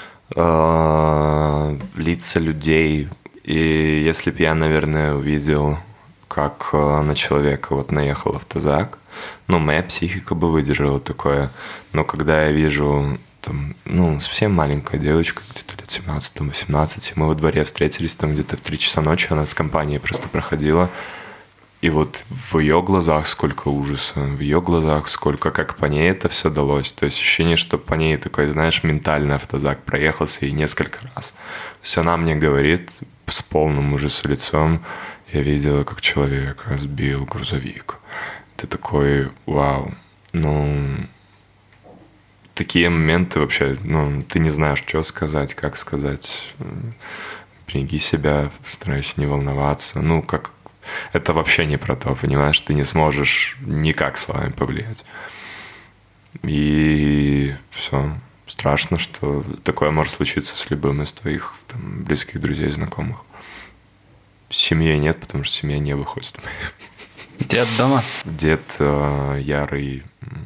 лица людей. И если бы я, наверное, увидел, как на человека вот наехал автозак, моя психика бы выдержала такое. Но когда я вижу, там, совсем маленькая девочка, где-то лет 17-18, мы во дворе встретились там где-то в 3 часа ночи, она с компанией просто проходила. И вот в ее глазах сколько ужаса, в ее глазах сколько, как по ней это все далось. То есть ощущение, что по ней такой, знаешь, ментальный автозак проехался и несколько раз. То есть она мне говорит с полным ужасом лицом: я видела, как человека сбил грузовик. Ты такой: вау. Такие моменты вообще, ты не знаешь, что сказать, как сказать. Береги себя, старайся не волноваться. Это вообще не про то, понимаешь? Ты не сможешь никак словами повлиять. И все. Страшно, что такое может случиться с любым из твоих там близких друзей, знакомых. С семьей нет, потому что семья не выходит. Дед дома? Дед ярый.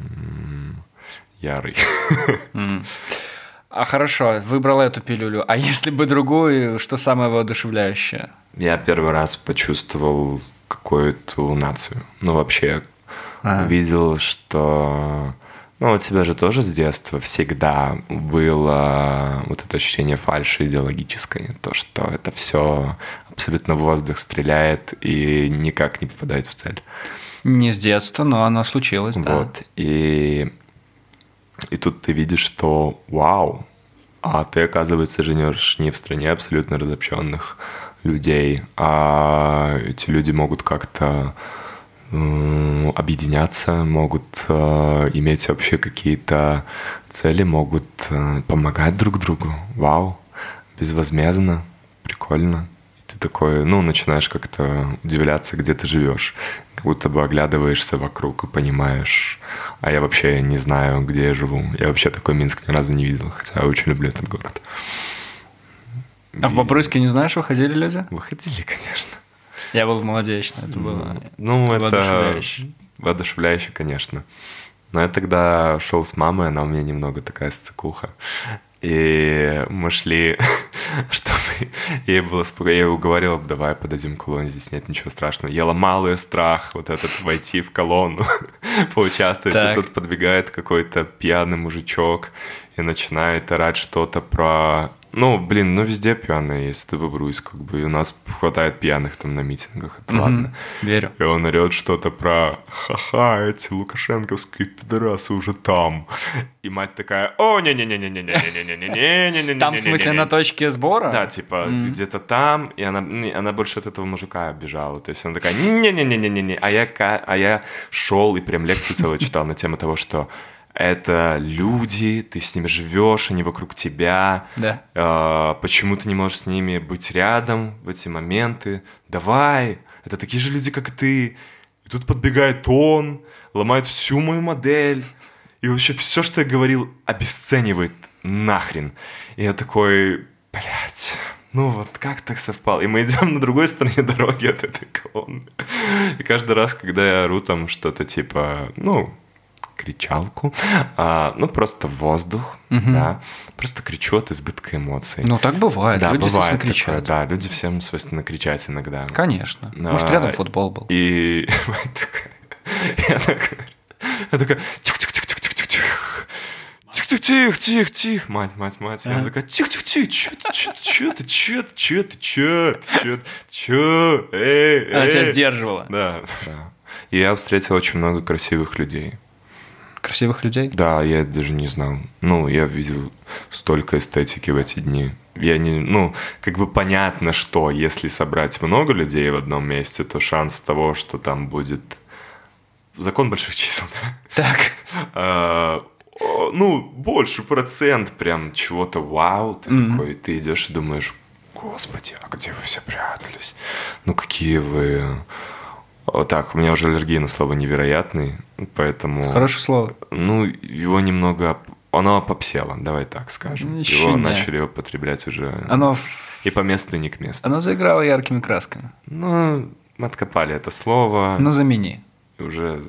Хорошо, выбрала эту пилюлю. А если бы другую, что самое воодушевляющее? Я первый раз почувствовал какую-то нацию. Вообще увидел, что... у тебя же тоже с детства всегда было вот это ощущение фальши идеологической. То, что это все абсолютно в воздух стреляет и никак не попадает в цель. Не с детства, но оно случилось, да. Вот. И тут ты видишь, что вау, а ты, оказывается, живешь не в стране абсолютно разобщенных людей, а эти люди могут как-то объединяться, могут иметь вообще какие-то цели, могут помогать друг другу. Вау, безвозмездно, прикольно. Ты такой, начинаешь как-то удивляться, где ты живешь. Как будто бы оглядываешься вокруг и понимаешь: а я вообще не знаю, где я живу. Я вообще такой Минск ни разу не видел, хотя я очень люблю этот город. А в Бобруйске, не знаешь, выходили люди? Выходили, конечно. Я был в Молодечной, это было воодушевляюще. Воодушевляюще, конечно. Но я тогда шел с мамой, она у меня немного такая сцикуха. И мы шли, чтобы ей было спокойно. Я ее уговорил: давай подойдем к колонне, здесь нет ничего страшного. Я ломал ее страх вот этот войти в колонну, поучаствовать. И тут подбегает какой-то пьяный мужичок и начинает орать что-то про... везде пьяные есть, это Бобруйск, как бы, и у нас хватает пьяных там на митингах, это ладно. Верю. И он орет что-то про: ха-ха, эти лукашенковские пидорасы уже там. И мать такая: о, не-не-не-не-не-не-не-не-не-не-не-не-не. Там, в смысле, на точке сбора? Да, типа, где-то там, и она больше от этого мужика обижала. То есть она такая: не-не-не-не-не-не. А я шел и прям лекцию целую читал на тему того, что это люди, ты с ними живешь, они вокруг тебя. Да. Почему ты не можешь с ними быть рядом в эти моменты? Давай, это такие же люди, как и ты. И тут подбегает он, ломает всю мою модель. И вообще все, что я говорил, обесценивает нахрен. И я такой: блядь, как так совпало? И мы идем на другой стороне дороги от этой колонны. И каждый раз, когда я ору там что-то типа, кричалку, просто в воздух, да, просто кричу от избытка эмоций. Так бывает, да, люди бывает кричат. Такое, да, люди всем свойственно кричать иногда. Конечно. Может, рядом футбол был. И я такая: тихо, мать. И она такая: тихо, чё ты? Она тебя сдерживала. Да. И я встретил очень много красивых людей. Красивых людей? Да, я даже не знал. Я видел столько эстетики в эти дни. Понятно, что если собрать много людей в одном месте, то шанс того, что там будет закон больших чисел, да? Так. больше процент прям чего-то вау. Ты такой, ты идешь и думаешь, господи, а где вы все прятались? Ну, какие вы... Вот так, у меня уже аллергия на слово «невероятный», поэтому... Хорошее слово. Ну, его немного... Оно попсело, давай так скажем. Его начали употреблять уже и по месту, и не к месту. Оно заиграло яркими красками. Ну, мы откопали это слово. Ну, замени. Уже...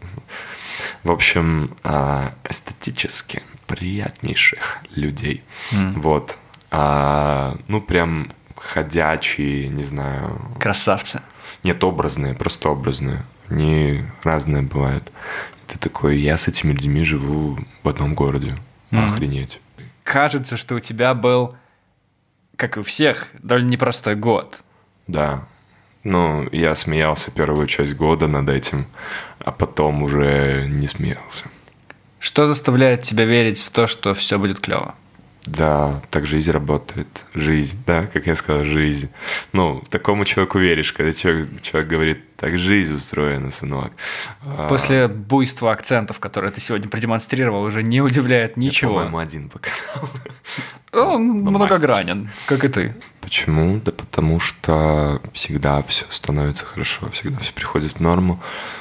В общем, эстетически приятнейших людей. Вот. Ну, прям ходячие, не знаю... Красавцы. Нет, образные, просто образные. Они разные бывают. Ты такой, я с этими людьми живу в одном городе. Охренеть. Кажется, что у тебя был, как и у всех, довольно непростой год. Да. Ну, я смеялся первую часть года над этим, а потом уже не смеялся. Что заставляет тебя верить в то, что все будет клево? Да, так жизнь работает. Жизнь, да, как я сказал, жизнь. Ну, такому человеку веришь, когда человек говорит, так жизнь устроена, сынок. После буйства акцентов, которые ты сегодня продемонстрировал, уже не удивляет ничего. Я, по-моему, один показал. Он многогранен, как и ты. Почему? Да потому что всегда все становится хорошо, всегда все приходит в норму,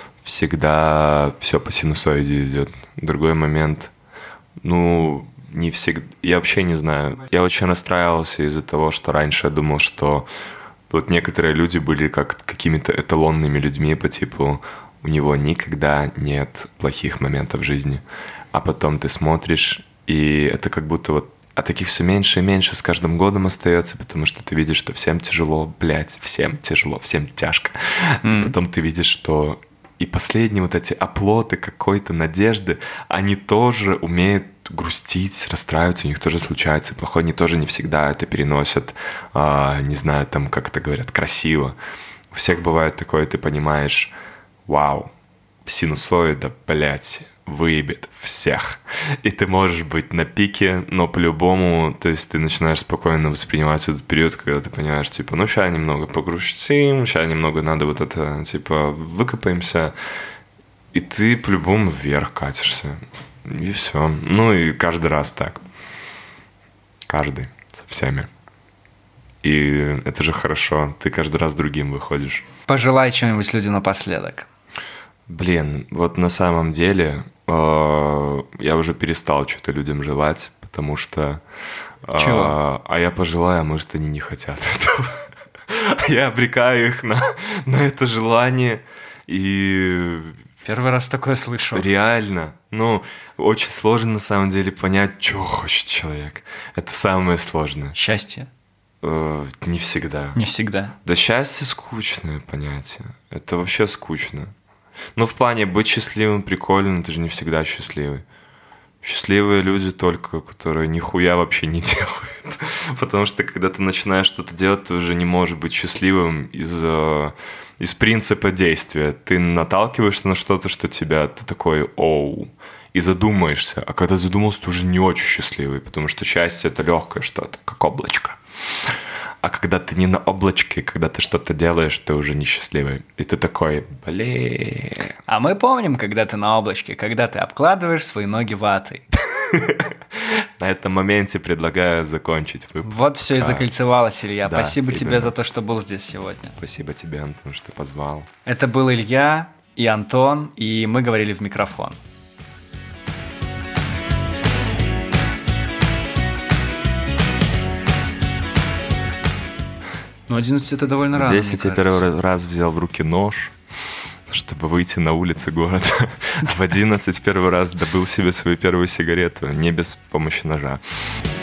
всегда все по синусоиде идет. Другой момент, не всегда. Я вообще не знаю. Я очень расстраивался из-за того, что раньше я думал, что вот некоторые люди были как какими-то эталонными людьми по типу у него никогда нет плохих моментов в жизни. А потом ты смотришь, и это как будто вот а таких все меньше и меньше с каждым годом остается, потому что ты видишь, что всем тяжело, всем тяжело, всем тяжко. Потом ты видишь, что и последние вот эти оплоты какой-то надежды, они тоже умеют грустить, расстраиваться, у них тоже случается плохое, они тоже не всегда это переносят, не знаю, там, как это говорят, красиво. У всех бывает такое, ты понимаешь, вау, синусоида, выебет всех. И ты можешь быть на пике, но по-любому, то есть ты начинаешь спокойно воспринимать этот период, когда ты понимаешь, типа, ну, сейчас немного погрустим, сейчас немного надо вот это, типа, выкопаемся, и ты по-любому вверх катишься. И все. Ну, и каждый раз так. Каждый. Со всеми. И это же хорошо. Ты каждый раз другим выходишь. Пожелай что-нибудь людям напоследок. Блин, вот на самом деле я уже перестал что-то людям желать, потому что... Чего? А я пожелаю, а может, они не хотят этого. Я обрекаю их на это желание, и... Первый раз такое слышу. Реально. Ну, очень сложно на самом деле понять, что хочет человек. Это самое сложное. Счастье? Не всегда. Не всегда. Да счастье скучное понятие. Это вообще скучно. Ну, в плане быть счастливым прикольно, ты же не всегда счастливый. Счастливые люди только, которые нихуя вообще не делают. Потому что когда ты начинаешь что-то делать, ты уже не можешь быть счастливым из принципа действия. Ты наталкиваешься на что-то, что тебя... Ты такой, оу, и задумаешься. А когда задумался, ты уже не очень счастливый, потому что счастье — это легкое что-то, как облачко. А когда ты не на облачке, когда ты что-то делаешь, ты уже несчастливый. И ты такой, блин. А мы помним, когда ты на облачке, когда ты обкладываешь свои ноги ватой. На этом моменте предлагаю закончить выпуск. Вот все и закольцевалось, Илья. Да, спасибо тебе за то, что был здесь сегодня. Спасибо тебе, Антон, что позвал. Это был Илья и Антон, и мы говорили в микрофон. Ну, 11 это довольно рано, 10 я первый раз взял в руки нож, чтобы выйти на улицы города. В 11 первый раз добыл себе свою первую сигарету, не без помощи ножа.